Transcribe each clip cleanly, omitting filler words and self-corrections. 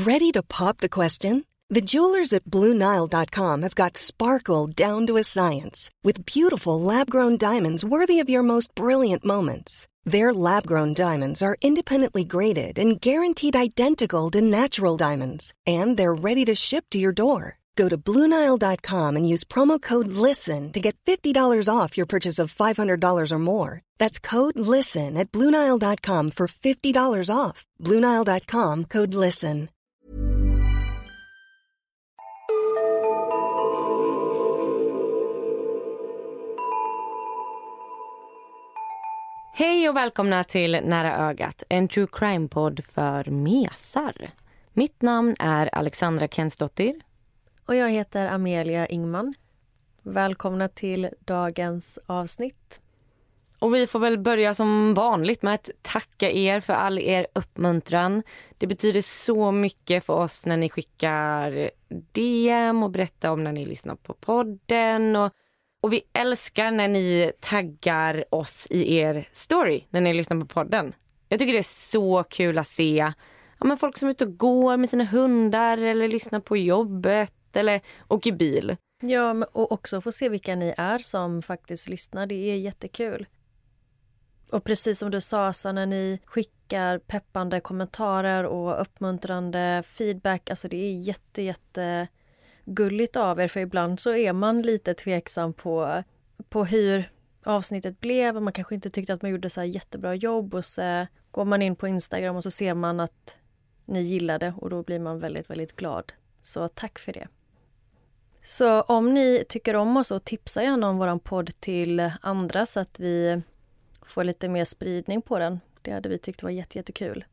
Ready to pop the question? The jewelers at BlueNile.com have got sparkle down to a science with beautiful lab-grown diamonds worthy of your most brilliant moments. Their lab-grown diamonds are independently graded and guaranteed identical to natural diamonds, and they're ready to ship to your door. Go to BlueNile.com and use promo code LISTEN to get $50 off your purchase of $500 or more. That's code LISTEN at BlueNile.com for $50 off. BlueNile.com, code LISTEN. Hej och välkomna till Nära ögat, en true crime-podd för mesar. Mitt namn är Alexandra Kensdottir. Och jag heter Amelia Ingman. Välkomna till dagens avsnitt. Och vi får väl börja som vanligt med att tacka er för all er uppmuntran. Det betyder så mycket för oss när ni skickar DM och berättar om när ni lyssnar på podden. Och vi älskar när ni taggar oss i er story när ni lyssnar på podden. Jag tycker det är så kul att se men folk som är ute och går med sina hundar eller lyssnar på jobbet eller åker bil. Ja, och också få se vilka ni är som faktiskt lyssnar. Det är jättekul. Och precis som du sa, så när ni skickar peppande kommentarer och uppmuntrande feedback, alltså det är jätte gulligt av er, för ibland så är man lite tveksam på hur avsnittet blev och man kanske inte tyckte att man gjorde så här jättebra jobb, och så går man in på Instagram och så ser man att ni gillade och då blir man väldigt, väldigt glad. Så tack för det. Så om ni tycker om oss, så tipsa gärna om våran podd till andra så att vi får lite mer spridning på den. Det hade vi tyckt var jättekul.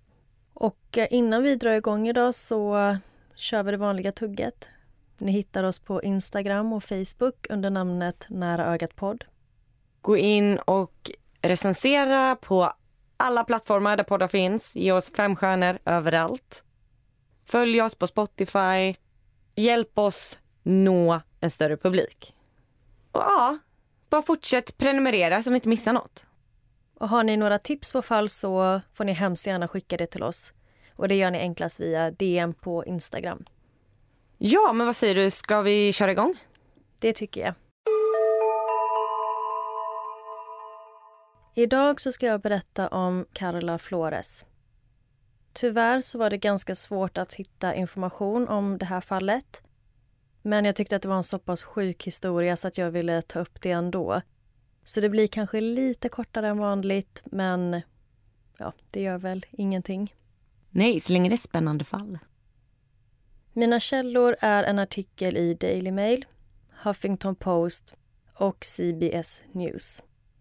Och innan vi drar igång idag så kör vi det vanliga tugget. Ni hittar oss på Instagram och Facebook under namnet Nära ögat podd. Gå in och recensera på alla plattformar där poddar finns. Ge oss 5 stjärnor överallt. Följ oss på Spotify. Hjälp oss nå en större publik. Och ja, bara fortsätt prenumerera så ni inte missar något. Och har ni några tips på fall så får ni hemskt gärna skicka det till oss. Och det gör ni enklast via DM på Instagram. Ja, men vad säger du? Ska vi köra igång? Det tycker jag. Idag så ska jag berätta om Carla Flores. Tyvärr så var det ganska svårt att hitta information om det här fallet. Men jag tyckte att det var en så pass sjuk historia så att jag ville ta upp det ändå. Så det blir kanske lite kortare än vanligt, men ja, det gör väl ingenting. Nej, så länge det är spännande fall. Mina källor är en artikel i Daily Mail, Huffington Post och CBS News.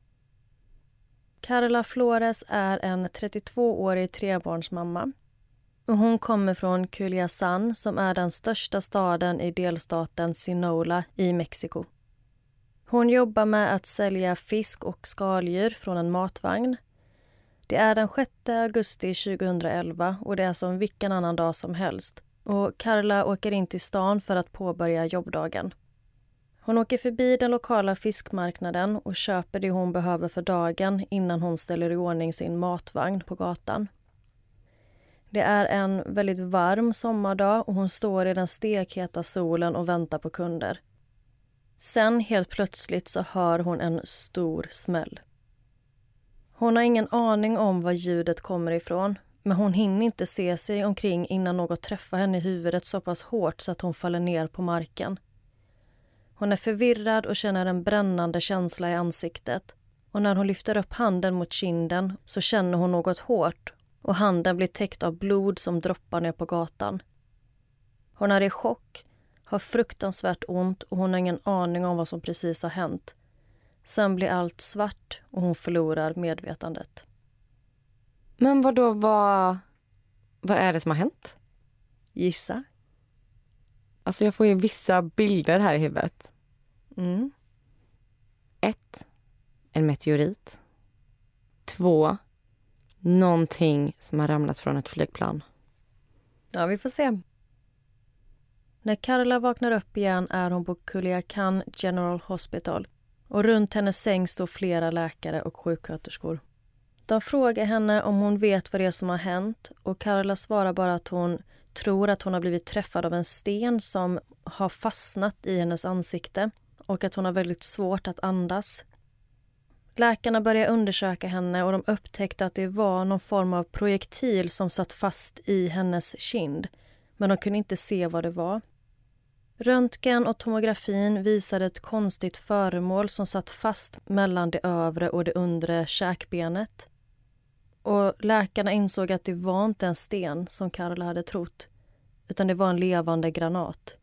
Carla Flores är en 32-årig trebarnsmamma. Och hon kommer från Culiacán som är den största staden i delstaten Sinaloa i Mexiko. Hon jobbar med att sälja fisk och skaldjur från en matvagn. Det är den 6 augusti 2011 och det är som vilken annan dag som helst. Och Carla åker in till stan för att påbörja jobbdagen. Hon åker förbi den lokala fiskmarknaden och köper det hon behöver för dagen innan hon ställer i ordning sin matvagn på gatan. Det är en väldigt varm sommardag och hon står i den stekheta solen och väntar på kunder. Sen helt plötsligt så hör hon en stor smäll. Hon har ingen aning om var ljudet kommer ifrån, men hon hinner inte se sig omkring innan något träffar henne i huvudet så pass hårt så att hon faller ner på marken. Hon är förvirrad och känner en brännande känsla i ansiktet. Och när hon lyfter upp handen mot kinden så känner hon något hårt och handen blir täckt av blod som droppar ner på gatan. Hon är i chock, har fruktansvärt ont och hon har ingen aning om vad som precis har hänt. Sen blir allt svart och hon förlorar medvetandet. Men vad är det som har hänt? Gissa. Alltså jag får ju vissa bilder här i huvudet. 1. En meteorit. 2. Någonting som har ramlat från ett flygplan. Ja, vi får se. När Carla vaknar upp igen är hon på Culiacán General Hospital. Och runt hennes säng står flera läkare och sjuksköterskor. De frågar henne om hon vet vad det är som har hänt och Carla svarar bara att hon tror att hon har blivit träffad av en sten som har fastnat i hennes ansikte och att hon har väldigt svårt att andas. Läkarna började undersöka henne och de upptäckte att det var någon form av projektil som satt fast i hennes kind, men de kunde inte se vad det var. Röntgen och tomografin visade ett konstigt föremål som satt fast mellan det övre och det undre käkbenet. Och läkarna insåg att det var inte en sten som Karla hade trott, utan det var en levande granat.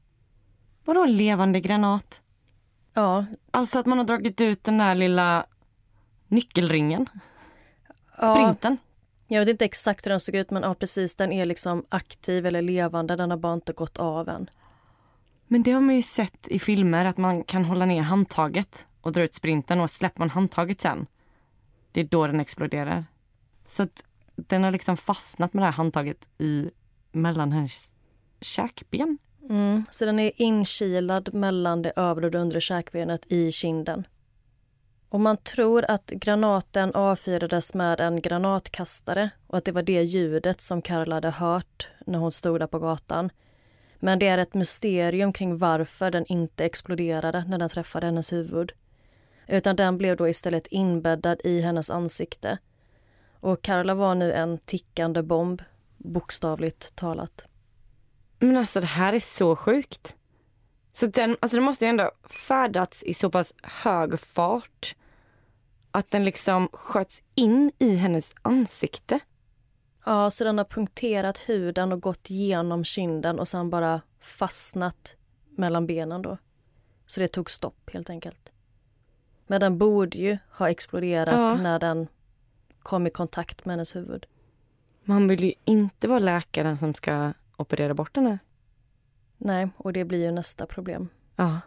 Vadå en levande granat? Ja. Alltså att man har dragit ut den där lilla nyckelringen. Sprinten. Jag vet inte exakt hur den såg ut, men ja, precis, den är liksom aktiv eller levande. Den har bara inte gått av än. Men det har man ju sett i filmer, att man kan hålla ner handtaget och dra ut sprinten, och släpper man handtaget sen, det är då den exploderar. Så att den har liksom fastnat med det här handtaget mellan hennes käkben. Så den är inkilad mellan det övre och det undre käkbenet i kinden. Och man tror att granaten avfyrades med en granatkastare och att det var det ljudet som Karla hade hört när hon stod där på gatan. Men det är ett mysterium kring varför den inte exploderade när den träffade hennes huvud. Utan den blev då istället inbäddad i hennes ansikte. Och Karla var nu en tickande bomb, bokstavligt talat. Men alltså det här är så sjukt. Så den måste ju ändå färdats i så pass hög fart att den liksom sköts in i hennes ansikte. Ja, så den har punkterat huden och gått genom kinden och sen bara fastnat mellan benen då. Så det tog stopp helt enkelt. Men den borde ju ha exploderat när den kom i kontakt med hennes huvud. Man vill ju inte vara läkaren som ska operera bort den här. Nej, och det blir ju nästa problem. Ja.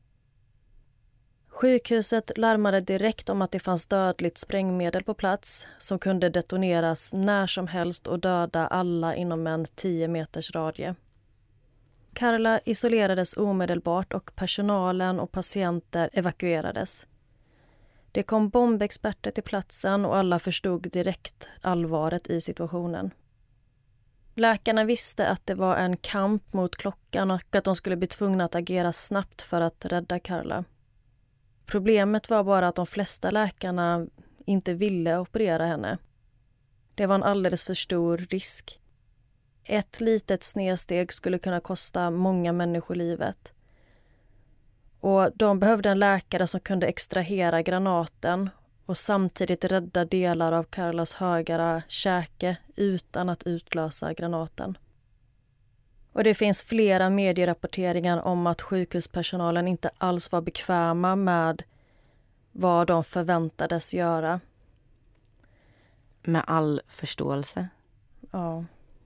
Sjukhuset larmade direkt om att det fanns dödligt sprängmedel på plats som kunde detoneras när som helst och döda alla inom en 10 meters radie. Karla isolerades omedelbart och personalen och patienter evakuerades. Det kom bombexperter till platsen och alla förstod direkt allvaret i situationen. Läkarna visste att det var en kamp mot klockan och att de skulle bli tvungna att agera snabbt för att rädda Karla. Problemet var bara att de flesta läkarna inte ville operera henne. Det var en alldeles för stor risk. Ett litet snedsteg skulle kunna kosta många människor livet. Och de behövde en läkare som kunde extrahera granaten och samtidigt rädda delar av Karlas högra käke utan att utlösa granaten. Och det finns flera medierapporteringar om att sjukhuspersonalen inte alls var bekväma med vad de förväntades göra. Med all förståelse. Ja.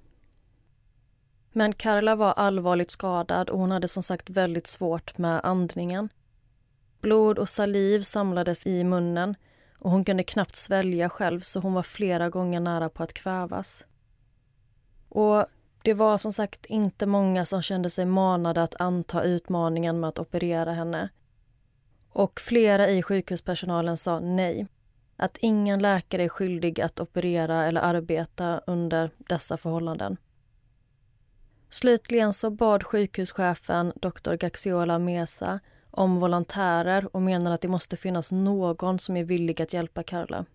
Men Karla var allvarligt skadad och hon hade som sagt väldigt svårt med andningen. Blod och saliv samlades i munnen och hon kunde knappt svälja själv, så hon var flera gånger nära på att kvävas. Och det var som sagt inte många som kände sig manade att anta utmaningen med att operera henne. Och flera i sjukhuspersonalen sa nej. Att ingen läkare är skyldig att operera eller arbeta under dessa förhållanden. Slutligen så bad sjukhuschefen Dr. Gaxiola Mesa om volontärer och menar att det måste finnas någon som är villig att hjälpa Karla.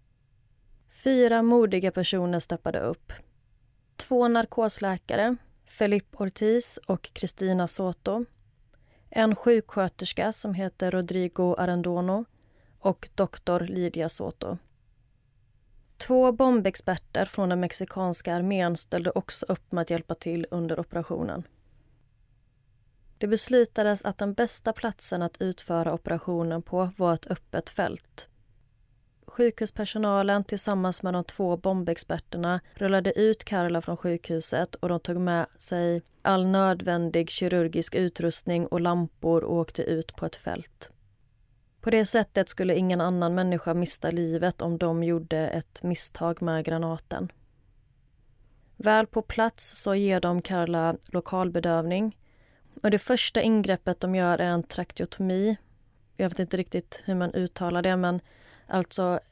4 modiga personer steppade upp. 2 narkosläkare, Felipe Ortiz och Cristina Soto. En sjuksköterska som heter Rodrigo Arendono och doktor Lydia Soto. 2 bombexperter från den mexikanska armén ställde också upp med att hjälpa till under operationen. Det beslutades att den bästa platsen att utföra operationen på var ett öppet fält. Sjukhuspersonalen tillsammans med de 2 bombexperterna rullade ut Karla från sjukhuset och de tog med sig all nödvändig kirurgisk utrustning och lampor och åkte ut på ett fält. På det sättet skulle ingen annan människa mista livet om de gjorde ett misstag med granaten. Väl på plats så ger de Karla lokalbedövning. Och det första ingreppet de gör är en trakeotomi. Jag vet inte riktigt hur man uttalar det, men alltså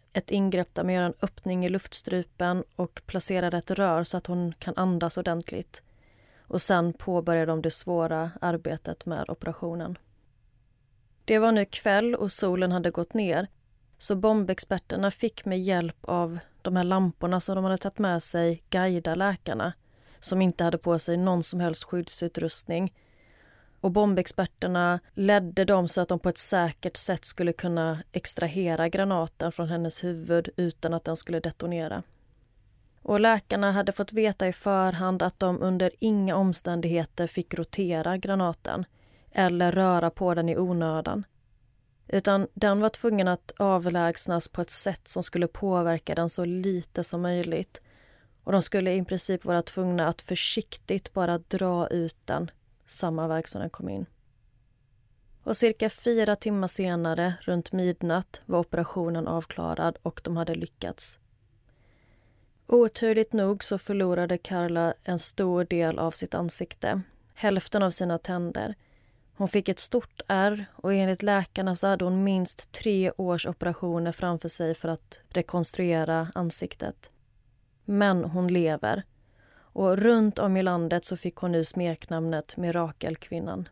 ett ingrepp där man gör en öppning i luftstrupen och placerar ett rör så att hon kan andas ordentligt. Och sen påbörjar de det svåra arbetet med operationen. Det var nu kväll och solen hade gått ner, så bombexperterna fick med hjälp av de här lamporna som de hade tagit med sig guida läkarna som inte hade på sig någon som helst skyddsutrustning. Och bombexperterna ledde dem så att de på ett säkert sätt skulle kunna extrahera granaten från hennes huvud utan att den skulle detonera. Och läkarna hade fått veta i förhand att de under inga omständigheter fick rotera granaten eller röra på den i onödan. Utan den var tvungen att avlägsnas på ett sätt som skulle påverka den så lite som möjligt. Och de skulle i princip vara tvungna att försiktigt bara dra ut den samma väg som den kom in. Och cirka 4 timmar senare, runt midnatt, var operationen avklarad och de hade lyckats. Oturligt nog så förlorade Karla en stor del av sitt ansikte, hälften av sina tänder. Hon fick ett stort ärr och enligt läkarna så hade hon minst 3 års operationer framför sig för att rekonstruera ansiktet. Men hon lever. Och runt om i landet så fick hon nu smeknamnet Mirakelkvinnan.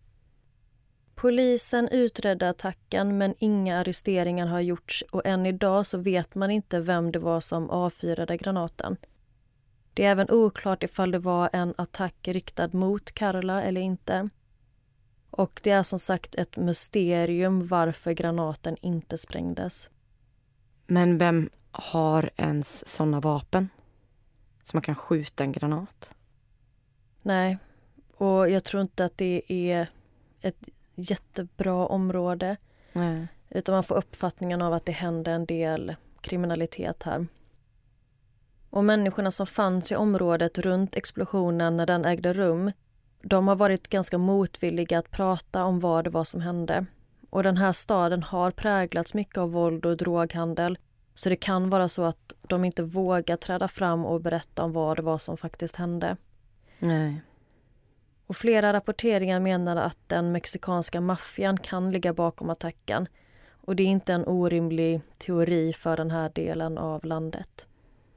Polisen utredde attacken men inga arresteringar har gjorts och än idag så vet man inte vem det var som avfyrade granaten. Det är även oklart ifall det var en attack riktad mot Karla eller inte. Och det är som sagt ett mysterium varför granaten inte sprängdes. Men vem har ens sådana vapen? Så man kan skjuta en granat? Nej, och jag tror inte att det är ett jättebra område. Nej. Utan man får uppfattningen av att det hände en del kriminalitet här. Och människorna som fanns i området runt explosionen när den ägde rum, de har varit ganska motvilliga att prata om vad det var som hände. Och den här staden har präglats mycket av våld och droghandel. Så det kan vara så att de inte vågar träda fram och berätta om vad det var som faktiskt hände. Nej. Och flera rapporteringar menar att den mexikanska maffian kan ligga bakom attacken. Och det är inte en orimlig teori för den här delen av landet.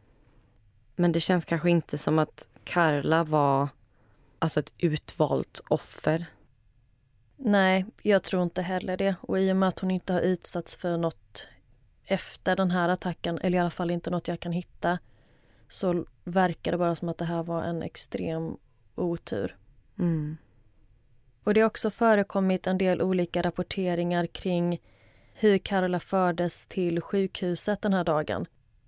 Men det känns kanske inte som att Karla var alltså ett utvalt offer. Nej, jag tror inte heller det. Och i och med att hon inte har utsatts för något efter den här attacken, eller i alla fall inte något jag kan hitta, så verkar det bara som att det här var en extrem otur. Mm. Och det har också förekommit en del olika rapporteringar kring hur Karla fördes till sjukhuset den här dagen.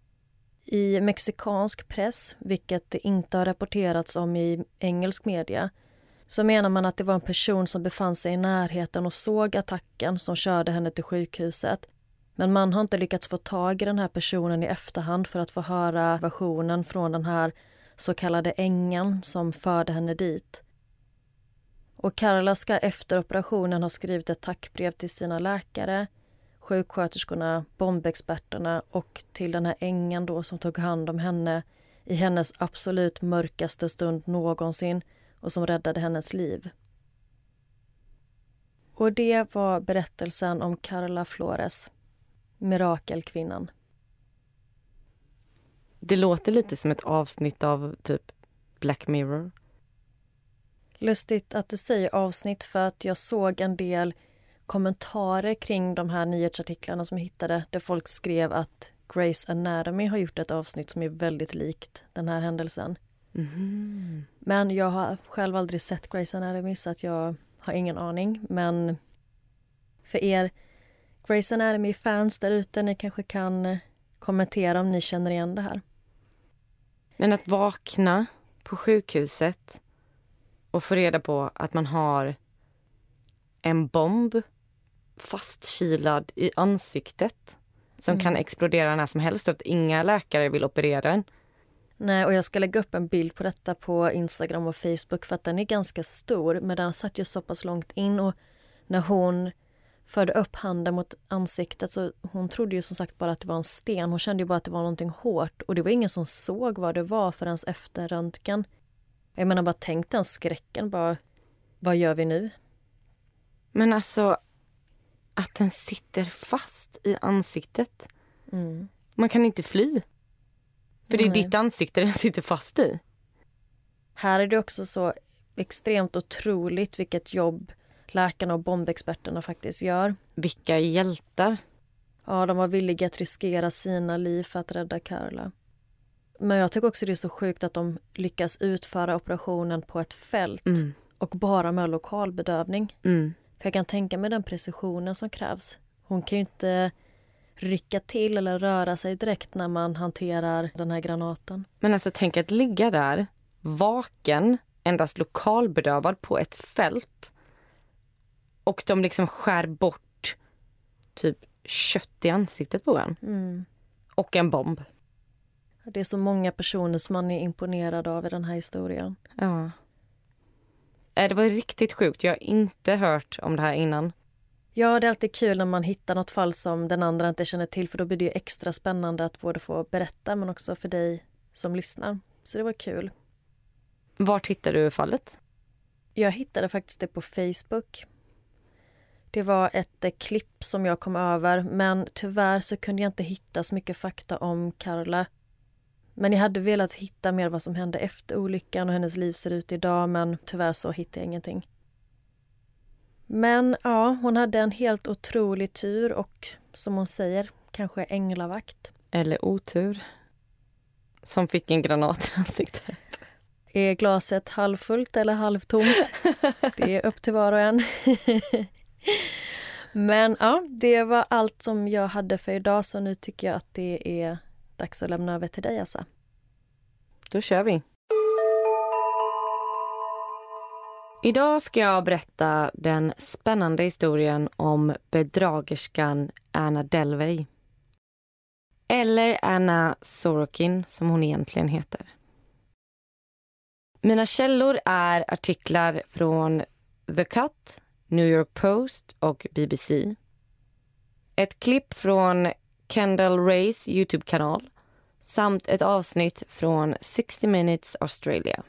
I mexikansk press, vilket det inte har rapporterats om i engelsk media, så menar man att det var en person som befann sig i närheten och såg attacken som körde henne till sjukhuset. Men man har inte lyckats få tag i den här personen i efterhand för att få höra versionen från den här så kallade ängeln som förde henne dit. Och Karla ska efter operationen ha skrivit ett tackbrev till sina läkare, sjuksköterskorna, bombexperterna och till den här ängeln då som tog hand om henne i hennes absolut mörkaste stund någonsin och som räddade hennes liv. Och det var berättelsen om Karla Flores, Mirakelkvinnan. Det låter lite som ett avsnitt av typ Black Mirror. Lustigt att du säger avsnitt för att jag såg en del kommentarer kring de här nyhetsartiklarna som jag hittade där folk skrev att Grey's Anatomy har gjort ett avsnitt som är väldigt likt den här händelsen. Mm. Men jag har själv aldrig sett Grey's Anatomy så att jag har ingen aning. Men för er Grey's Anatomy-fans där ute, ni kanske kan kommentera om ni känner igen det här. Men att vakna på sjukhuset och få reda på att man har en bomb fastkilad i ansiktet som kan explodera när som helst och att inga läkare vill operera den. Nej, och jag ska lägga upp en bild på detta på Instagram och Facebook för att den är ganska stor, men den satt ju så pass långt in och när hon förde upp handen mot ansiktet så hon trodde ju som sagt bara att det var en sten. Hon kände ju bara att det var någonting hårt och det var ingen som såg vad det var förrän efter röntgen. Jag menar bara tänk den skräcken, bara vad gör vi nu? Men alltså att den sitter fast i ansiktet. Man kan inte fly. För det är Nej. ditt ansikte den sitter fast i. Här är det också så extremt otroligt vilket jobb läkarna och bombexperterna faktiskt gör. Vilka hjältar. Ja, de var villiga att riskera sina liv för att rädda Karla. Men jag tycker också det är så sjukt att de lyckas utföra operationen på ett fält och bara med lokalbedövning. För jag kan tänka mig den precisionen som krävs. Hon kan ju inte rycka till eller röra sig direkt när man hanterar den här granaten. Men alltså tänk att ligga där, vaken, endast lokalbedövad på ett fält. Och de liksom skär bort typ kött i ansiktet på en. Och en bomb. Det är så många personer som man är imponerad av i den här historien. Ja. Det var riktigt sjukt. Jag har inte hört om det här innan. Ja, det är alltid kul när man hittar något fall som den andra inte känner till. För då blir det ju extra spännande att både få berätta men också för dig som lyssnar. Så det var kul. Vart hittade du fallet? Jag hittade faktiskt det på Facebook. Det var ett klipp som jag kom över. Men tyvärr så kunde jag inte hitta så mycket fakta om Karla. Men jag hade velat hitta mer vad som hände efter olyckan och hennes liv ser ut idag. Men tyvärr så hittade jag ingenting. Men ja, hon hade en helt otrolig tur och som hon säger, kanske änglavakt. Eller otur. Som fick en granat i ansiktet. Är glaset halvfullt eller halvtomt? Det är upp till var och en. Men ja, det var allt som jag hade för idag så nu tycker jag att det är dags att lämna över till dig, Assa. Då kör vi. Idag ska jag berätta den spännande historien om bedragerskan Anna Delvey. Eller Anna Sorokin som hon egentligen heter. Mina källor är artiklar från The Cut, New York Post och BBC. Ett klipp från Kendall Rays YouTube-kanal samt ett avsnitt från 60 Minutes Australia.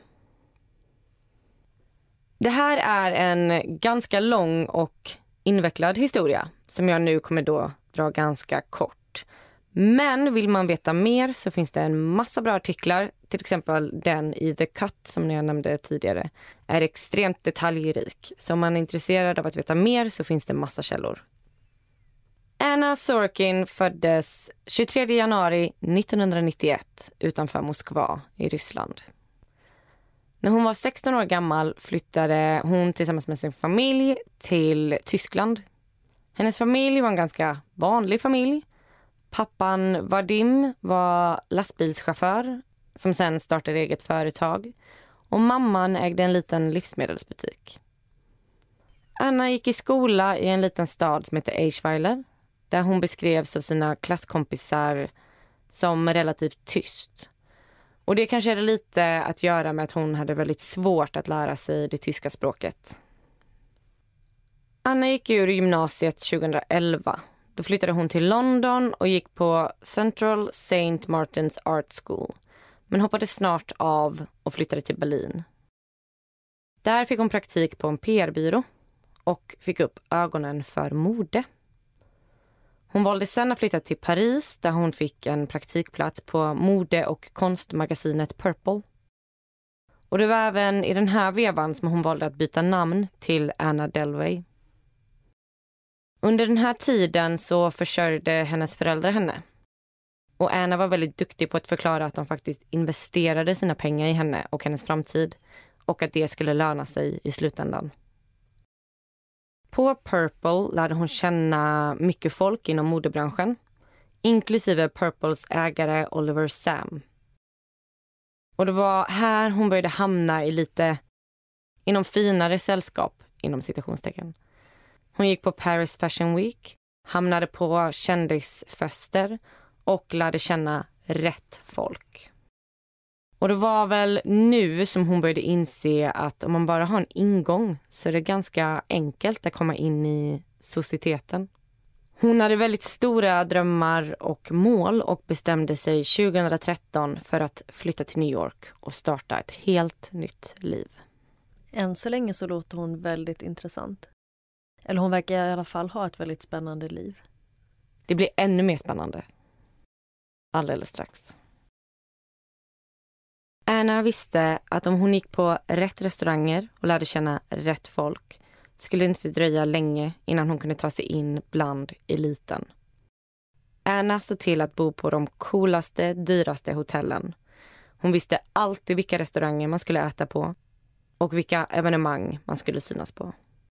Det här är en ganska lång och invecklad historia som jag nu kommer då dra ganska kort. Men vill man veta mer så finns det en massa bra artiklar. Till exempel den i The Cut som jag nämnde tidigare är extremt detaljrik. Så om man är intresserad av att veta mer så finns det massa källor. Anna Sorokin föddes 23 januari 1991 utanför Moskva i Ryssland. När hon var 16 år gammal flyttade hon tillsammans med sin familj till Tyskland. Hennes familj var en ganska vanlig familj. Pappan Vadim var lastbilschaufför som sen startade eget företag. Och mamman ägde en liten livsmedelsbutik. Anna gick i skola i en liten stad som heter Eichweiler. Där hon beskrevs av sina klasskompisar som relativt tyst. Och det kanske hade lite att göra med att hon hade väldigt svårt att lära sig det tyska språket. Anna gick ur gymnasiet 2011. Då flyttade hon till London och gick på Central St. Martin's Art School. Men hoppade snart av och flyttade till Berlin. Där fick hon praktik på en PR-byrå och fick upp ögonen för mode. Hon valde sen att flytta till Paris där hon fick en praktikplats på mode- och konstmagasinet Purple. Och det var även i den här vevan som hon valde att byta namn till Anna Delvey. Under den här tiden så försörjde hennes föräldrar henne. Och Anna var väldigt duktig på att förklara att de faktiskt investerade sina pengar i henne och hennes framtid. Och att det skulle löna sig i slutändan. På Purple lärde hon känna mycket folk inom modebranschen. Inklusive Purples ägare Oliver Sam. Och det var här hon började hamna i lite inom finare sällskap inom citationstecken. Hon gick på Paris Fashion Week, hamnade på kändisfester och lärde känna rätt folk. Och det var väl nu som hon började inse att om man bara har en ingång så är det ganska enkelt att komma in i societeten. Hon hade väldigt stora drömmar och mål och bestämde sig 2013 för att flytta till New York och starta ett helt nytt liv. Än så länge så låter hon väldigt intressant. Eller hon verkar i alla fall ha ett väldigt spännande liv. Det blir ännu mer spännande. alldeles strax. Anna visste att om hon gick på rätt restauranger och lärde känna rätt folk skulle det inte dröja länge innan hon kunde ta sig in bland eliten. Anna stod till att bo på de coolaste, dyraste hotellen. Hon visste alltid vilka restauranger man skulle äta på och vilka evenemang man skulle synas på.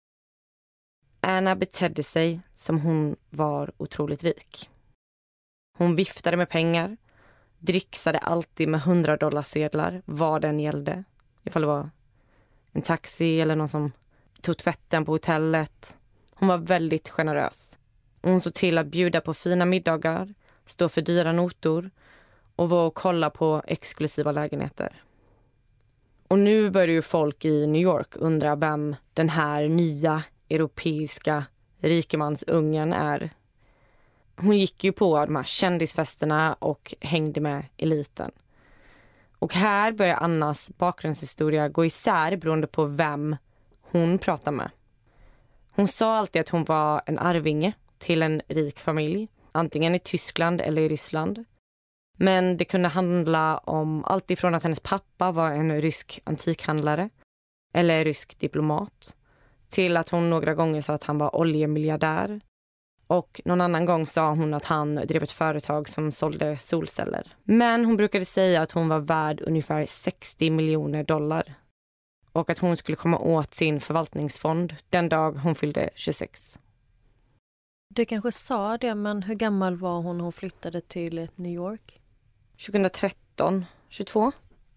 Anna betedde sig som hon var otroligt rik. Hon viftade med pengar, dricksade alltid med $100-sedlar vad den gällde. Ifall det var en taxi eller någon som tog tvätten på hotellet. Hon var väldigt generös. Hon såg till att bjuda på fina middagar, stå för dyra notor och var och kolla på exklusiva lägenheter. Och nu började ju folk i New York undra vem den här nya europeiska rikemansungen är. Hon gick ju på de här kändisfesterna och hängde med eliten. Och här börjar Annas bakgrundshistoria gå isär beroende på vem hon pratar med. Hon sa alltid att hon var en arvinge till en rik familj, antingen i Tyskland eller i Ryssland. Men det kunde handla om allt ifrån att hennes pappa var en rysk antikhandlare eller rysk diplomat till att hon några gånger sa att han var oljemiljardär. Och någon annan gång sa hon att han drev ett företag som sålde solceller. Men hon brukade säga att hon var värd ungefär $60 miljoner. Och att hon skulle komma åt sin förvaltningsfond den dag hon fyllde 26. Du kanske sa det, men hur gammal var hon flyttade till New York? 2013, 22.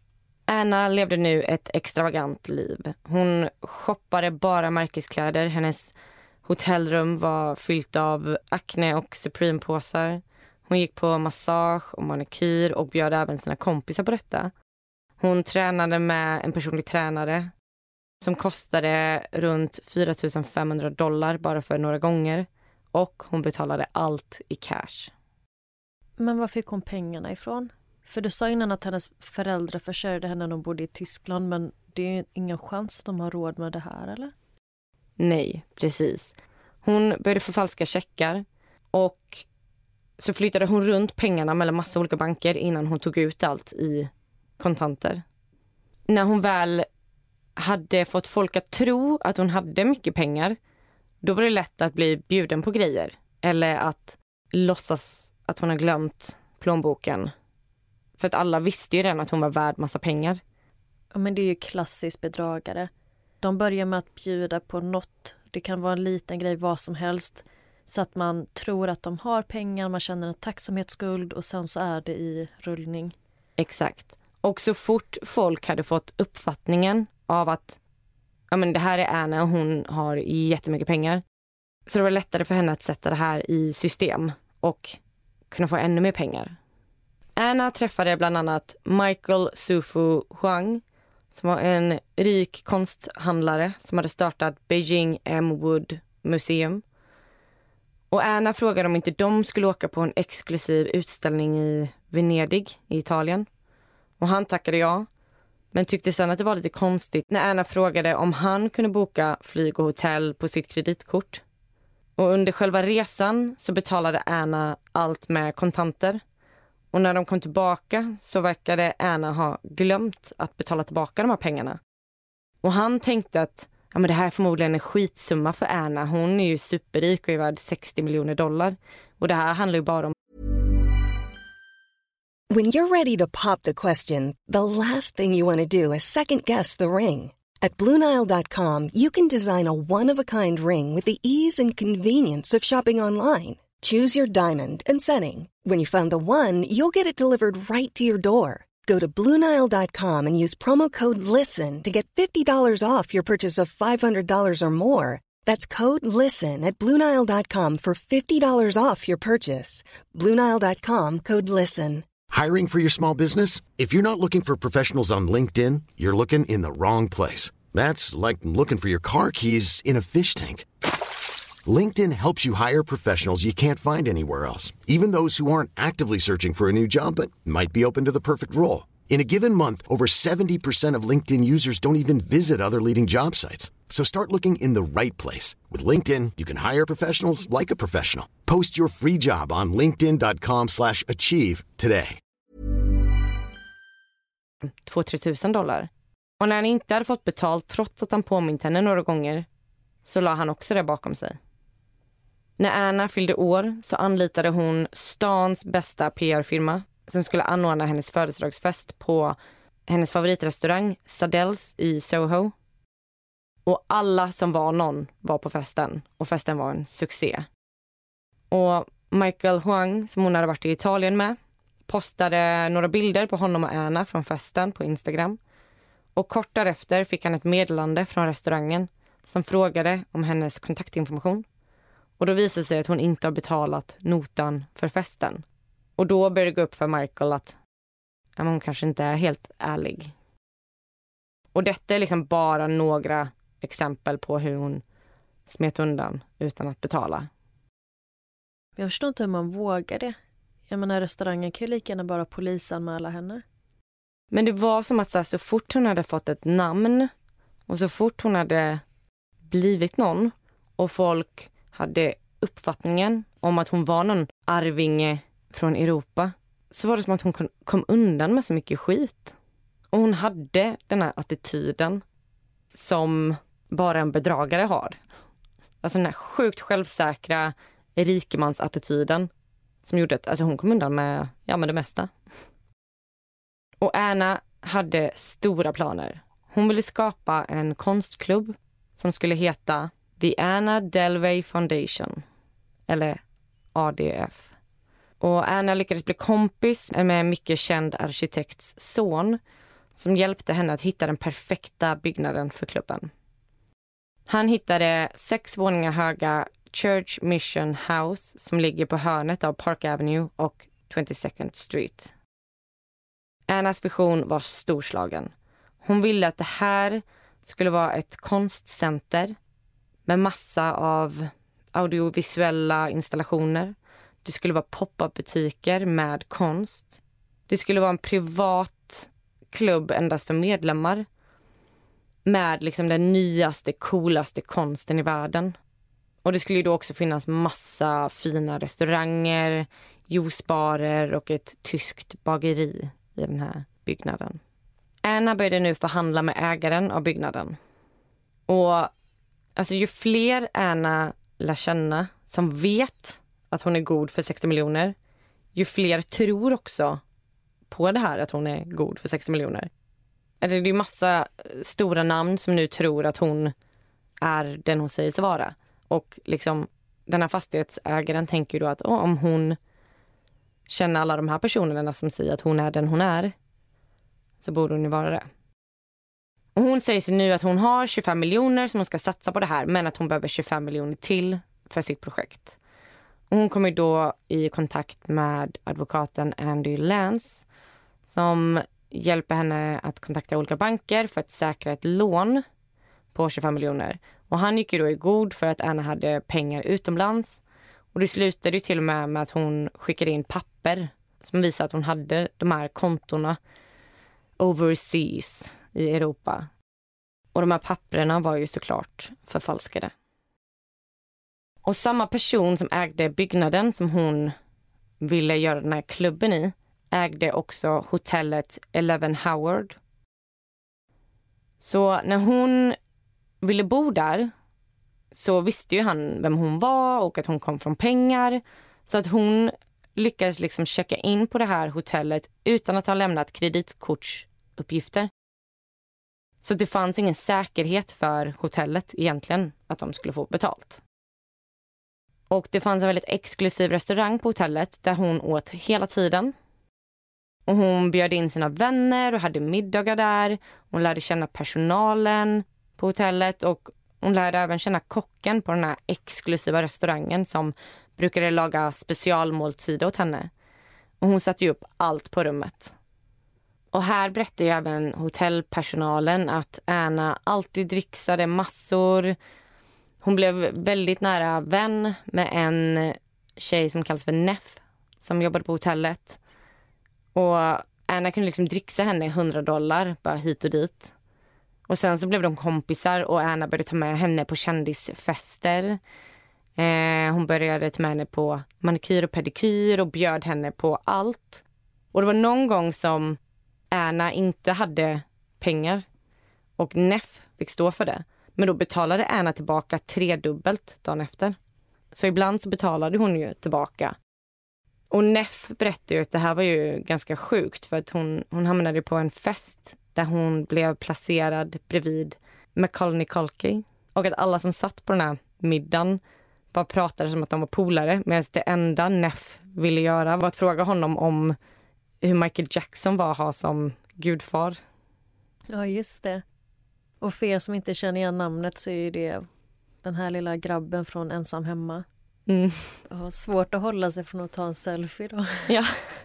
Anna levde nu ett extravagant liv. Hon shoppade bara märkeskläder. Hennes hotellrum var fyllt av Acne och Supreme-påsar. Hon gick på massage och manikyr och bjöd även sina kompisar på detta. Hon tränade med en personlig tränare som kostade runt $4,500 bara för några gånger. Och hon betalade allt i cash. Men var fick hon pengarna ifrån? För du sa innan att hennes föräldrar försörjde henne när de bodde i Tyskland, men det är ingen chans att de har råd med det här, eller? Nej, precis. Hon började förfalska checkar och så flyttade hon runt pengarna mellan massa olika banker innan hon tog ut allt i kontanter. När hon väl hade fått folk att tro att hon hade mycket pengar, då var det lätt att bli bjuden på grejer eller att låtsas att hon har glömt plånboken. För att alla visste ju redan att hon var värd massa pengar. Ja, men det är ju klassiskt bedragare. De börjar med att bjuda på något. Det kan vara en liten grej, vad som helst. Så att man tror att de har pengar, man känner en tacksamhetsskuld och sen så är det i rullning. Exakt. Och så fort folk hade fått uppfattningen av att ja, men det här är Anna och hon har jättemycket pengar, så det var lättare för henne att sätta det här i system och kunna få ännu mer pengar. Anna träffade bland annat Michael Sufu Huang som var en rik konsthandlare som hade startat Beijing M. Wood Museum. Och Anna frågade om inte de skulle åka på en exklusiv utställning i Venedig i Italien. Och han tackade ja, men tyckte sen att det var lite konstigt när Anna frågade om han kunde boka flyg och hotell på sitt kreditkort. Och under själva resan så betalade Anna allt med kontanter. Och när de kom tillbaka så verkade Anna ha glömt att betala tillbaka de här pengarna. Och han tänkte att ja, men det här är förmodligen en skitsumma för Anna. Hon är ju superrik och är värd $60 miljoner. Och det här handlar ju bara om... When you're ready to pop the question, the last thing you want to do is second guess the ring. At BlueNile.com you can design a one-of-a-kind ring with the ease and convenience of shopping online. Choose your diamond and setting. When you find the one, you'll get it delivered right to your door. Go to BlueNile.com and use promo code LISTEN to get $50 off your purchase of $500 or more. That's code LISTEN at BlueNile.com for $50 off your purchase. BlueNile.com, code LISTEN. Hiring for your small business? If you're not looking for professionals on LinkedIn, you're looking in the wrong place. That's like looking for your car keys in a fish tank. LinkedIn helps you hire professionals you can't find anywhere else, even those who aren't actively searching for a new job but might be open to the perfect role. In a given month, over 70% of LinkedIn users don't even visit other leading job sites. So start looking in the right place. With LinkedIn, you can hire professionals like a professional. Post your free job on linkedin.com/achieve today. $2,000-3,000. Och när han inte hade fått betalt trots att han påmint henne några gånger så la han också det bakom sig. När Anna fyllde år så anlitade hon stans bästa PR-firma som skulle anordna hennes födelsedagsfest på hennes favoritrestaurang Sadells i Soho. Och alla som var någon var på festen och festen var en succé. Och Michael Huang, som hon hade varit i Italien med, postade några bilder på honom och Anna från festen på Instagram. Och kort därefter fick han ett meddelande från restaurangen som frågade om hennes kontaktinformation. Och då visade sig att hon inte har betalat notan för festen. Och då började det gå upp för Michael att hon kanske inte är helt ärlig. Och detta är liksom bara några exempel på hur hon smet undan utan att betala. Jag förstår inte hur man vågar det. Jag menar, restaurangen kan ju lika gärna bara polisanmäla henne. Men det var som att så fort hon hade fått ett namn och så fort hon hade blivit någon och folk hade uppfattningen om att hon var någon arvinge från Europa, så var det som att hon kom undan med så mycket skit. Och hon hade den här attityden som bara en bedragare har. Alltså den här sjukt självsäkra rikemansattityden som gjorde att hon kom undan med det mesta. Och Anna hade stora planer. Hon ville skapa en konstklubb som skulle heta The Anna Delvey Foundation, eller ADF. Och Anna lyckades bli kompis med en mycket känd arkitekts son som hjälpte henne att hitta den perfekta byggnaden för klubben. Han hittade 6 våningar höga Church Mission House som ligger på hörnet av Park Avenue och 22nd Street. Annas vision var storslagen. Hon ville att det här skulle vara ett konstcenter med massa av audiovisuella installationer. Det skulle vara pop-up-butiker med konst. Det skulle vara en privat klubb endast för medlemmar med liksom den nyaste, coolaste konsten i världen. Och det skulle ju då också finnas massa fina restauranger, juicebarer och ett tyskt bageri i den här byggnaden. Anna började nu förhandla med ägaren av byggnaden. Och ju fler Anna lär känna som vet att hon är god för 60 miljoner, ju fler tror också på det här att hon är god för 60 miljoner. Det är ju massa stora namn som nu tror att hon är den hon säger sig vara. Och liksom den här fastighetsägaren tänker då att om hon känner alla de här personerna som säger att hon är den hon är, så borde hon ju vara det. Och hon säger sig nu att hon har 25 miljoner som hon ska satsa på det här, men att hon behöver 25 miljoner till för sitt projekt. Och hon kommer då i kontakt med advokaten Andy Lance som hjälper henne att kontakta olika banker för att säkra ett lån på 25 miljoner. Och han gick ju då i god för att Anna hade pengar utomlands. Och det slutade ju till och med att hon skickade in papper som visar att hon hade de här kontorna overseas i Europa. Och de här papperna var ju såklart förfalskade. Och samma person som ägde byggnaden som hon ville göra den här klubben i ägde också hotellet 11 Howard. Så när hon ville bo där så visste ju han vem hon var och att hon kom från pengar. Så att hon lyckades liksom checka in på det här hotellet utan att ha lämnat kreditkortsuppgifter. Så det fanns ingen säkerhet för hotellet egentligen att de skulle få betalt. Och det fanns en väldigt exklusiv restaurang på hotellet där hon åt hela tiden. Och hon bjöd in sina vänner och hade middagar där. Hon lärde känna personalen på hotellet och hon lärde även känna kocken på den här exklusiva restaurangen som brukade laga specialmåltider åt henne. Och hon satte ju upp allt på rummet. Och här berättade ju även hotellpersonalen att Anna alltid dricksade massor. Hon blev väldigt nära vän med en tjej som kallas för Neff som jobbade på hotellet. Och Anna kunde liksom dricksa henne $100 bara hit och dit. Och sen så blev de kompisar och Anna började ta med henne på kändisfester. Hon började ta med henne på manikyr och pedikyr och bjöd henne på allt. Och det var någon gång som Anna inte hade pengar och Neff fick stå för det. Men då betalade Anna tillbaka 3-dubbelt dagen efter. Så ibland så betalade hon ju tillbaka. Och Neff berättade ju att det här var ju ganska sjukt för att hon hamnade på en fest där hon blev placerad bredvid Macaulay Culkin. Och att alla som satt på den här middagen bara pratade som att de var polare. Medan det enda Neff ville göra var att fråga honom om hur Michael Jackson var att ha som gudfar. Ja, just det. Och för er som inte känner igen namnet så är ju det den här lilla grabben från Ensam hemma. Och svårt att hålla sig från att ta en selfie då. Ja.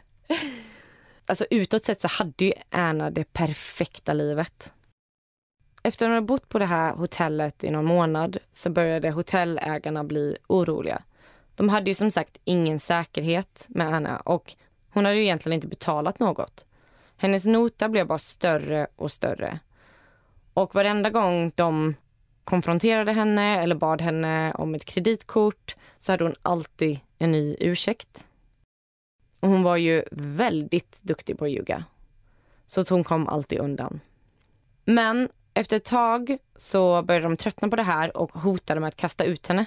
Alltså utåt sett så hade ju Anna det perfekta livet. Efter att hon hade bott på det här hotellet i någon månad så började hotellägarna bli oroliga. De hade ju som sagt ingen säkerhet med Anna och hon hade ju egentligen inte betalat något. Hennes nota blev bara större och större. Och varenda gång de konfronterade henne eller bad henne om ett kreditkort så hade hon alltid en ny ursäkt. Och hon var ju väldigt duktig på att ljuga. Så att hon kom alltid undan. Men efter ett tag så började de tröttna på det här och hotade med att kasta ut henne.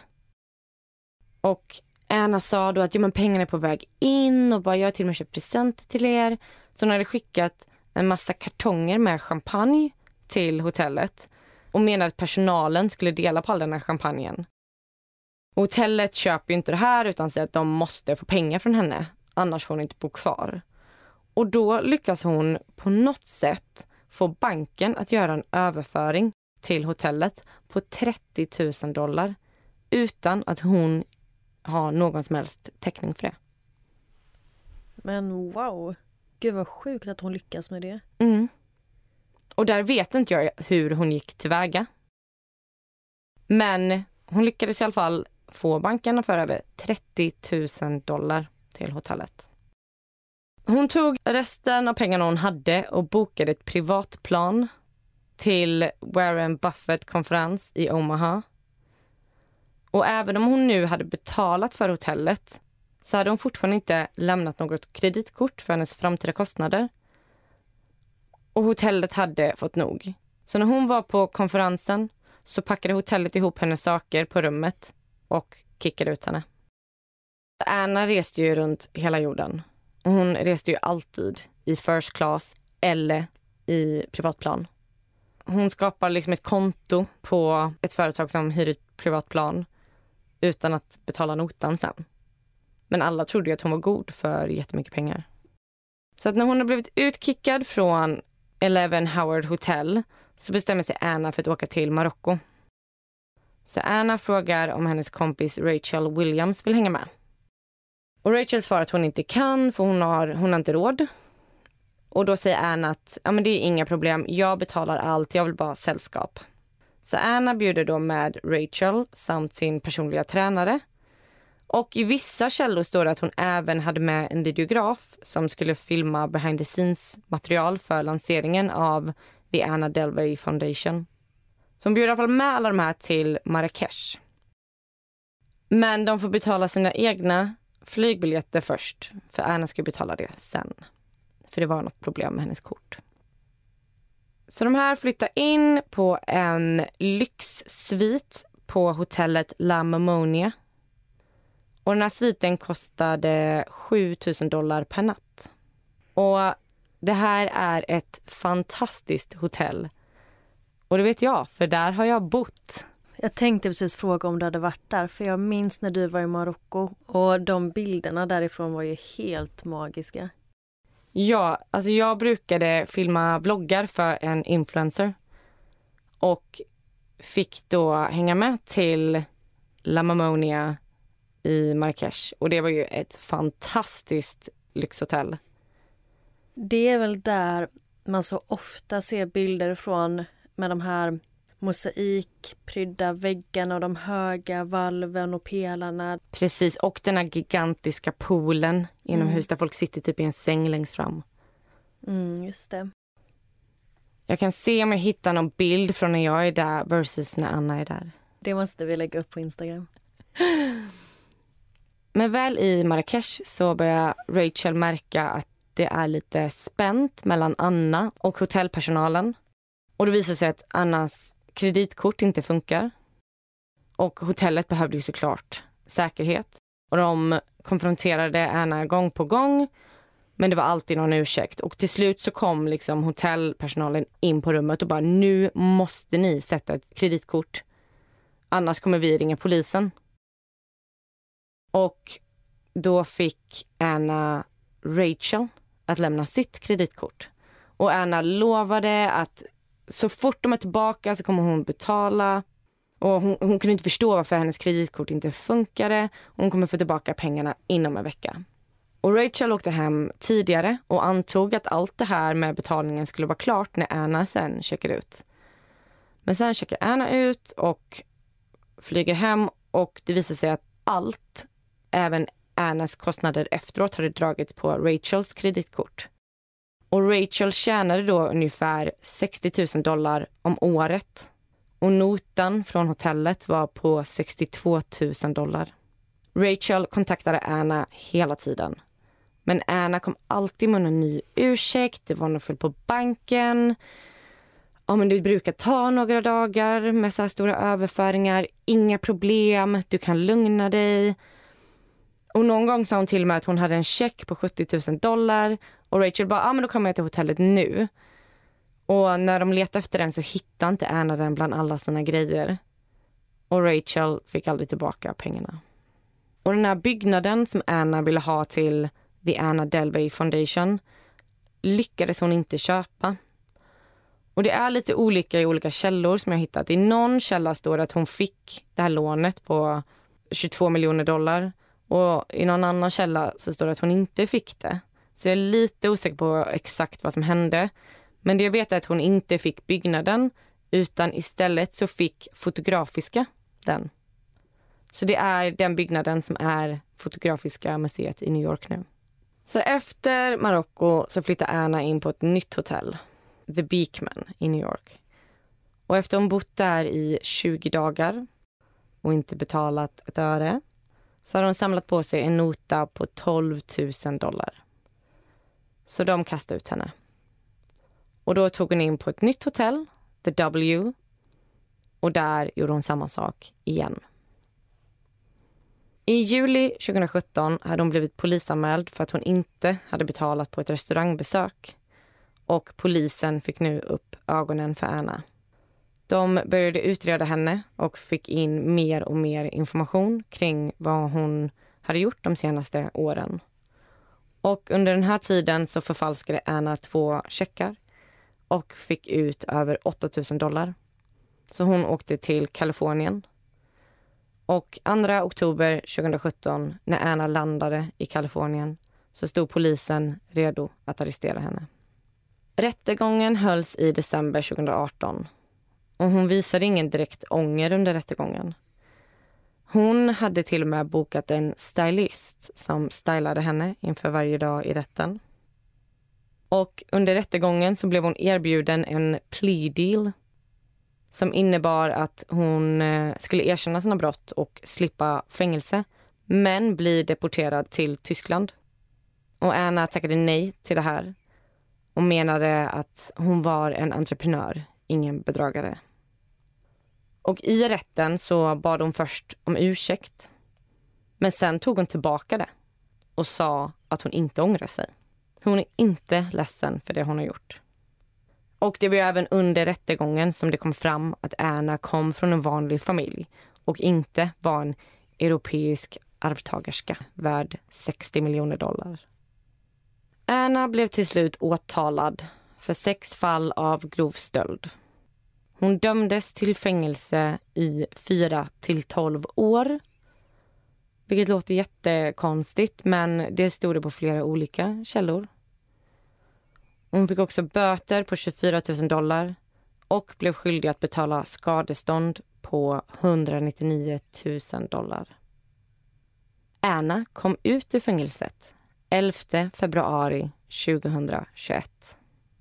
Och Anna sa då att men pengarna är på väg in och bara jag har till och med köpt presenter till er. Så hon hade skickat en massa kartonger med champagne till hotellet och menade att personalen skulle dela på all den här champagnen. Och hotellet köper ju inte det här utan säger att de måste få pengar från henne, annars får hon inte bo kvar. Och då lyckas hon på något sätt få banken att göra en överföring till hotellet på $30,000 utan att hon har någon som helst täckning för det. Men wow, gud vad sjukt att hon lyckas med det. Mm. Och där vet inte jag hur hon gick tillväga. Men hon lyckades i alla fall få banken att föra över $30,000 till hotellet. Hon tog resten av pengarna hon hade och bokade ett privatplan till Warren Buffett-konferens i Omaha. Och även om hon nu hade betalat för hotellet så hade hon fortfarande inte lämnat något kreditkort för hennes framtida kostnader. Och hotellet hade fått nog. Så när hon var på konferensen så packade hotellet ihop hennes saker på rummet och kickade ut henne. Anna reste ju runt hela jorden. Och hon reste ju alltid i first class eller i privatplan. Hon skapade liksom ett konto på ett företag som hyr ut privatplan utan att betala notan sen. Men alla trodde ju att hon var god för jättemycket pengar. Så att när hon har blivit utkickad från 11 Howard Hotel så bestämmer sig Anna för att åka till Marocko. Så Anna frågar om hennes kompis Rachel Williams vill hänga med. Och Rachel svarar att hon inte kan för hon har inte råd. Och då säger Anna att ja, men det är inga problem, jag betalar allt, jag vill bara ha sällskap. Så Anna bjuder då med Rachel samt sin personliga tränare. Och i vissa källor står det att hon även hade med en videograf som skulle filma behind the scenes material för lanseringen av The Anna Delvey Foundation. Så hon bjuder i alla fall med alla de här till Marrakesh. Men de får betala sina egna flygbiljetter först, för Anna ska betala det sen. För det var något problem med hennes kort. Så de här flyttar in på en lyxsvit på hotellet La Mamounia. Och den här sviten kostade $7,000 per natt. Och det här är ett fantastiskt hotell. Och det vet jag, för där har jag bott. Jag tänkte precis fråga om du hade varit där, för jag minns när du var i Marocko och de bilderna därifrån var ju helt magiska. Ja, alltså jag brukade filma vloggar för en influencer och fick då hänga med till La Mamounia i Marrakesh. Och det var ju ett fantastiskt lyxhotell. Det är väl där man så ofta ser bilder från med de här mosaikprydda väggarna och de höga valven och pelarna. Precis, och den här gigantiska poolen inomhus där folk sitter typ i en säng längst fram. Just det. Jag kan se om jag hittar någon bild från när jag är där versus när Anna är där. Det måste vi lägga upp på Instagram. Men väl i Marrakesh så börjar Rachel märka att det är lite spänt mellan Anna och hotellpersonalen. Och det visar sig att Annas kreditkort inte funkar. Och hotellet behövde ju såklart säkerhet. Och de konfronterade Anna gång på gång. Men det var alltid någon ursäkt. Och till slut så kom liksom hotellpersonalen in på rummet och bara, nu måste ni sätta ett kreditkort. Annars kommer vi ringa polisen. Och då fick Anna Rachel att lämna sitt kreditkort. Och Anna lovade att så fort de är tillbaka så kommer hon betala. Och hon kunde inte förstå varför hennes kreditkort inte funkade. Hon kommer få tillbaka pengarna inom en vecka. Och Rachel åkte hem tidigare och antog att allt det här med betalningen skulle vara klart när Anna sen checkar ut. Men sen checkar Anna ut och flyger hem och det visar sig att allt, även Annas kostnader efteråt, hade dragits på Rachels kreditkort. Och Rachel tjänade då ungefär $60,000 om året. Och notan från hotellet var på $62,000. Rachel kontaktade Anna hela tiden. Men Anna kom alltid med en ny ursäkt. Det var något fel på banken. Ja, men det brukar ta några dagar med så här stora överföringar. Inga problem, du kan lugna dig. Och någon gång sa hon till och med att hon hade en check på $70,000. Och Rachel bara, men då kommer jag till hotellet nu. Och när de letade efter den så hittade inte Anna den bland alla sina grejer. Och Rachel fick aldrig tillbaka pengarna. Och den här byggnaden som Anna ville ha till The Anna Delvey Foundation lyckades hon inte köpa. Och det är lite olika i olika källor som jag hittat. I någon källa står det att hon fick det här lånet på $22 miljoner. Och i någon annan källa så står det att hon inte fick det. Så jag är lite osäker på exakt vad som hände. Men det jag vet är att hon inte fick byggnaden utan istället så fick Fotografiska den. Så det är den byggnaden som är Fotografiska museet i New York nu. Så efter Marocko så flyttar Anna in på ett nytt hotell, The Beekman i New York. Och efter hon bott där i 20 dagar och inte betalat ett öre så har hon samlat på sig en nota på $12,000. Så de kastade ut henne. Och då tog hon in på ett nytt hotell, The W. Och där gjorde hon samma sak igen. I juli 2017 hade hon blivit polisanmäld för att hon inte hade betalat på ett restaurangbesök. Och polisen fick nu upp ögonen för Anna. De började utreda henne och fick in mer och mer information kring vad hon hade gjort de senaste åren. Och under den här tiden så förfalskade Anna 2 checkar och fick ut över $8,000. Så hon åkte till Kalifornien. Och 2 oktober 2017 när Anna landade i Kalifornien så stod polisen redo att arrestera henne. Rättegången hölls i december 2018 och hon visade ingen direkt ånger under rättegången. Hon hade till och med bokat en stylist som stylade henne inför varje dag i rätten. Och under rättegången så blev hon erbjuden en plea deal som innebar att hon skulle erkänna sina brott och slippa fängelse men bli deporterad till Tyskland. Och Anna tackade nej till det här och menade att hon var en entreprenör, ingen bedragare. Och i rätten så bad hon först om ursäkt. Men sen tog hon tillbaka det och sa att hon inte ångrar sig. Hon är inte ledsen för det hon har gjort. Och det var även under rättegången som det kom fram att Anna kom från en vanlig familj och inte var en europeisk arvtagerska värd $60 miljoner. Anna blev till slut åtalad för 6 fall av grov stöld. Hon dömdes till fängelse i 4 till 12 år. Vilket låter jättekonstigt, men det stod det på flera olika källor. Hon fick också böter på $24,000 och blev skyldig att betala skadestånd på $199,000. Anna kom ut ur fängelset 11 februari 2021.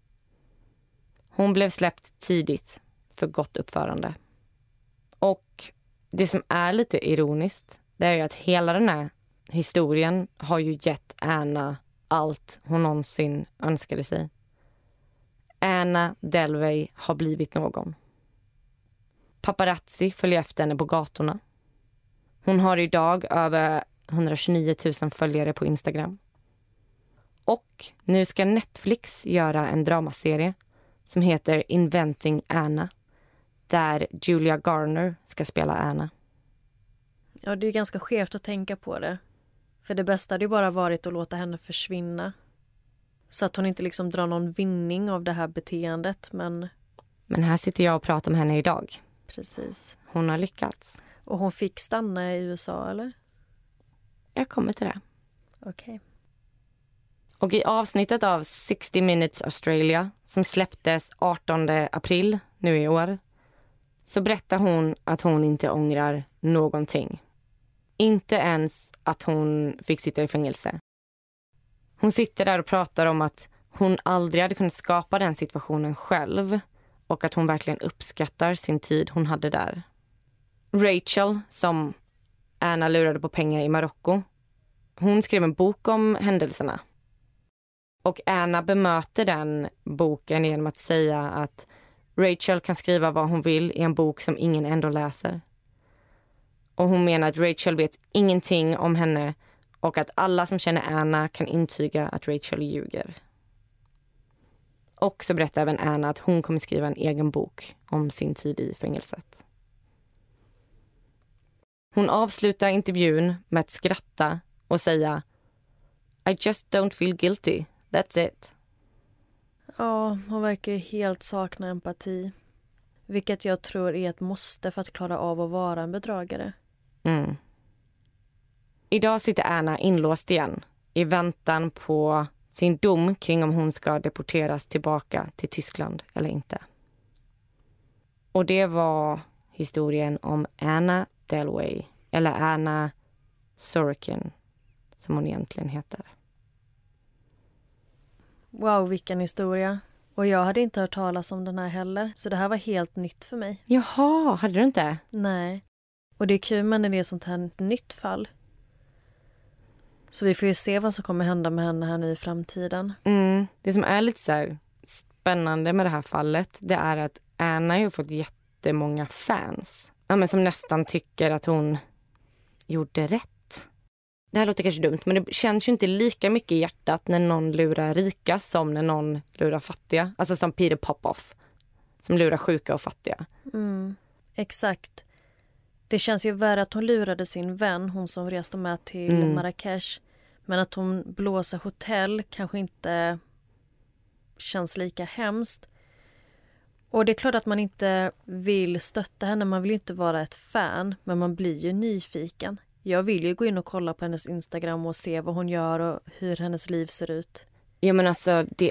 Hon blev släppt tidigt för gott uppförande. Och det som är lite ironiskt det är ju att hela den här historien har ju gett Anna allt hon någonsin önskade sig. Anna Delvey har blivit någon. Paparazzi följer efter henne på gatorna. Hon har idag över 129 000 följare på Instagram. Och nu ska Netflix göra en dramaserie som heter Inventing Anna, där Julia Garner ska spela Anna. Ja, det är ganska skevt att tänka på det. För det bästa hade ju bara varit att låta henne försvinna. Så att hon inte liksom drar någon vinning av det här beteendet. Men här sitter jag och pratar med henne idag. Precis. Hon har lyckats. Och hon fick stanna i USA, eller? Jag kommer till det. Okej. Och i avsnittet av 60 Minutes Australia, som släpptes 18 april nu i år, så berättar hon att hon inte ångrar någonting. Inte ens att hon fick sitta i fängelse. Hon sitter där och pratar om att hon aldrig hade kunnat skapa den situationen själv och att hon verkligen uppskattar sin tid hon hade där. Rachel, som Anna lurade på pengar i Marocko, hon skrev en bok om händelserna. Och Anna bemöter den boken genom att säga att Rachel kan skriva vad hon vill i en bok som ingen ändå läser. Och hon menar att Rachel vet ingenting om henne och att alla som känner Anna kan intyga att Rachel ljuger. Och så berättar även Anna att hon kommer skriva en egen bok om sin tid i fängelset. Hon avslutar intervjun med att skratta och säga I just don't feel guilty. That's it. Ja, hon verkar ju helt sakna empati. Vilket jag tror är ett måste för att klara av att vara en bedragare. Mm. Idag sitter Anna inlåst igen i väntan på sin dom kring om hon ska deporteras tillbaka till Tyskland eller inte. Och det var historien om Anna Delvey, eller Anna Sorokin som hon egentligen heter. Wow, vilken historia. Och jag hade inte hört talas om den här heller. Så det här var helt nytt för mig. Jaha, hade du inte? Nej. Och det är kul när det är sånt här nytt fall. Så vi får ju se vad som kommer hända med henne här nu i framtiden. Det som är lite så här spännande med det här fallet, det är att Anna har ju fått jättemånga fans. Ja, men som nästan tycker att hon gjorde rätt. Det här låter kanske dumt, men det känns ju inte lika mycket i hjärtat när någon lurar rika som när någon lurar fattiga. Alltså som Peter Popoff, som lurar sjuka och fattiga. Exakt. Det känns ju värre att hon lurade sin vän, hon som reste med till Marrakesh. Men att hon blåser hotell kanske inte känns lika hemskt. Och det är klart att man inte vill stötta henne, man vill inte vara ett fan, men man blir ju nyfiken. Jag vill ju gå in och kolla på hennes Instagram och se vad hon gör och hur hennes liv ser ut. Ja, men alltså det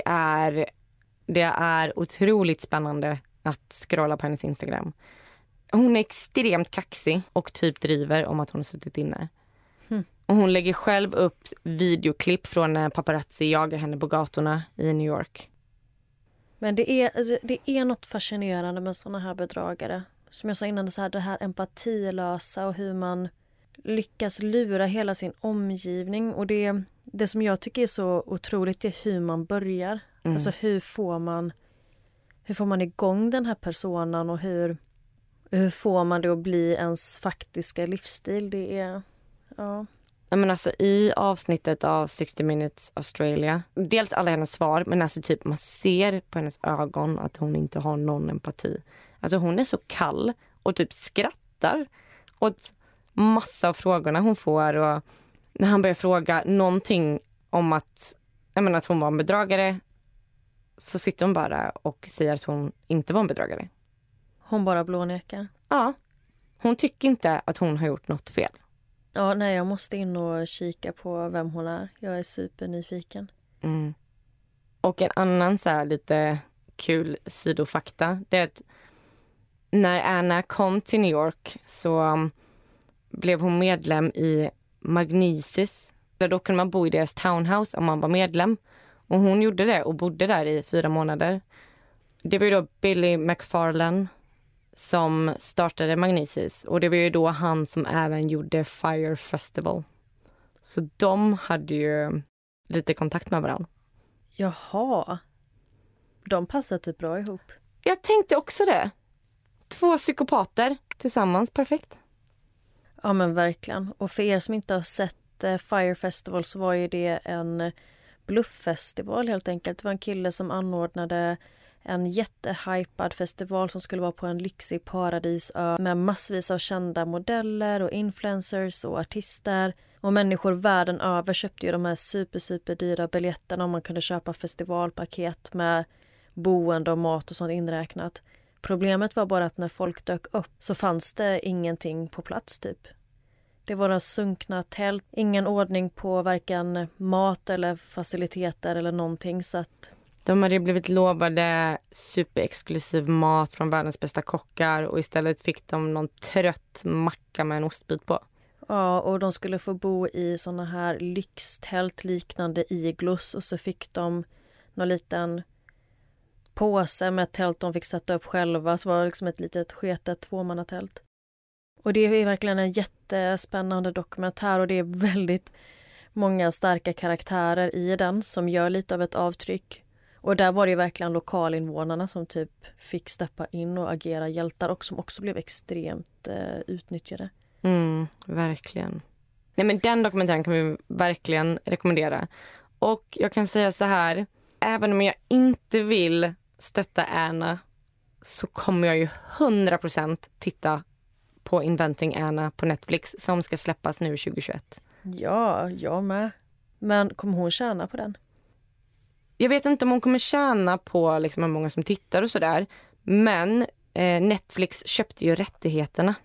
är otroligt spännande att scrolla på hennes Instagram. Hon är extremt kaxig och typ driver om att hon har suttit inne. Och hon lägger själv upp videoklipp från när paparazzi jagar henne på gatorna i New York. Men det är något fascinerande med såna här bedragare. Som jag sa innan, det här empatilösa och hur man lyckas lura hela sin omgivning. Och det som jag tycker är så otroligt är hur man börjar. Alltså hur får man igång den här personen och hur får man det att bli ens faktiska livsstil? Det är, ja. Men alltså i avsnittet av 60 Minutes Australia, dels alla hennes svar, men alltså typ man ser på hennes ögon att hon inte har någon empati. Alltså hon är så kall och typ skrattar åt massa av frågorna hon får, och när han börjar fråga någonting om att hon var en bedragare, så sitter hon bara och säger att hon inte var en bedragare. Hon bara blånekar. Ja, hon tycker inte att hon har gjort något fel. Ja, nej, jag måste in och kika på vem hon är. Jag är supernyfiken. Och en annan så här lite kul sidofakta, det är att när Anna kom till New York så blev hon medlem i Magnises. Då kunde man bo i deras townhouse om man var medlem. Och hon gjorde det och bodde där i 4 månader. Det var ju då Billy McFarlane som startade Magnisis. Och det var ju då han som även gjorde Fire Festival. Så de hade ju lite kontakt med varandra. Jaha. De passar typ bra ihop. Jag tänkte också det. 2 psykopater tillsammans, perfekt. Ja men verkligen. Och för er som inte har sett Fire Festival så var ju det en blufffestival helt enkelt. Det var en kille som anordnade en jättehypad festival som skulle vara på en lyxig paradisö med massvis av kända modeller och influencers och artister. Och människor världen över köpte ju de här super dyra biljetterna om man kunde köpa festivalpaket med boende och mat och sånt inräknat. Problemet var bara att när folk dök upp så fanns det ingenting på plats typ. Det var sunkna tält, ingen ordning på varken mat eller faciliteter eller någonting så att... De hade blivit lovade superexklusiv mat från världens bästa kockar och istället fick de någon trött macka med en ostbit på. Ja, och de skulle få bo i såna här lyxtält liknande iglos och så fick de någon liten påse med tält de fick sätta upp själva. Så var det liksom ett litet sketet 2-mannatält. Och det är verkligen en jättespännande dokumentär och det är väldigt många starka karaktärer i den som gör lite av ett avtryck. Och där var det verkligen lokalinvånarna som typ fick steppa in och agera hjältar och som också blev extremt utnyttjade. Verkligen. Nej, men den dokumentären kan vi verkligen rekommendera. Och jag kan säga så här, även om jag inte vill stötta Anna så kommer jag ju 100% titta på Inventing Anna på Netflix som ska släppas nu 2021. Ja, jag med. Men kommer hon tjäna på den? Jag vet inte om hon kommer tjäna på liksom hur många som tittar och sådär. Men Netflix köpte ju rättigheterna.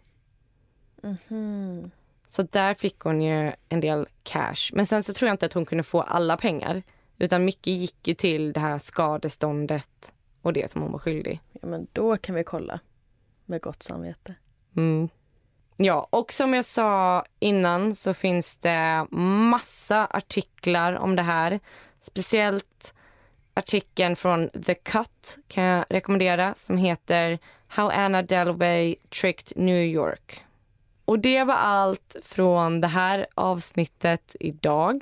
Mm-hmm. Så där fick hon ju en del cash. Men sen så tror jag inte att hon kunde få alla pengar. Utan mycket gick ju till det här skadeståndet och det som hon var skyldig. Ja, men då kan vi kolla med gott samvete. Ja, och som jag sa innan så finns det massa artiklar om det här. Speciellt artikeln från The Cut kan jag rekommendera som heter How Anna Delvey Tricked New York. Och det var allt från det här avsnittet idag.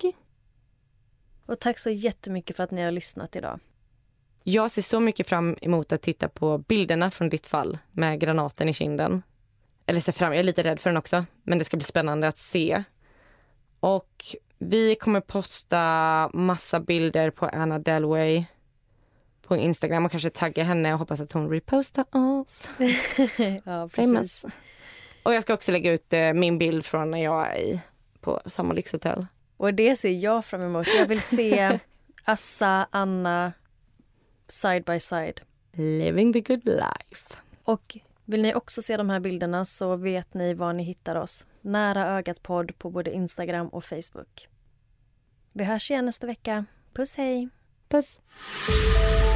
Och tack så jättemycket för att ni har lyssnat idag. Jag ser så mycket fram emot att titta på bilderna från ditt fall med granaten i kinden. Eller ser fram, jag är lite rädd för den också, men det ska bli spännande att se. Och vi kommer posta massa bilder på Anna Delvey på Instagram och kanske tagga henne och hoppas att hon repostar oss. Ja, precis. Famous. Och jag ska också lägga ut min bild från när jag är på samma lyxhotell. Och det ser jag fram emot. Jag vill se Assa, Anna side by side. Living the good life. Och vill ni också se de här bilderna så vet ni var ni hittar oss. Nära ögat podd på både Instagram och Facebook. Vi hörs igen nästa vecka. Puss hej! Puss!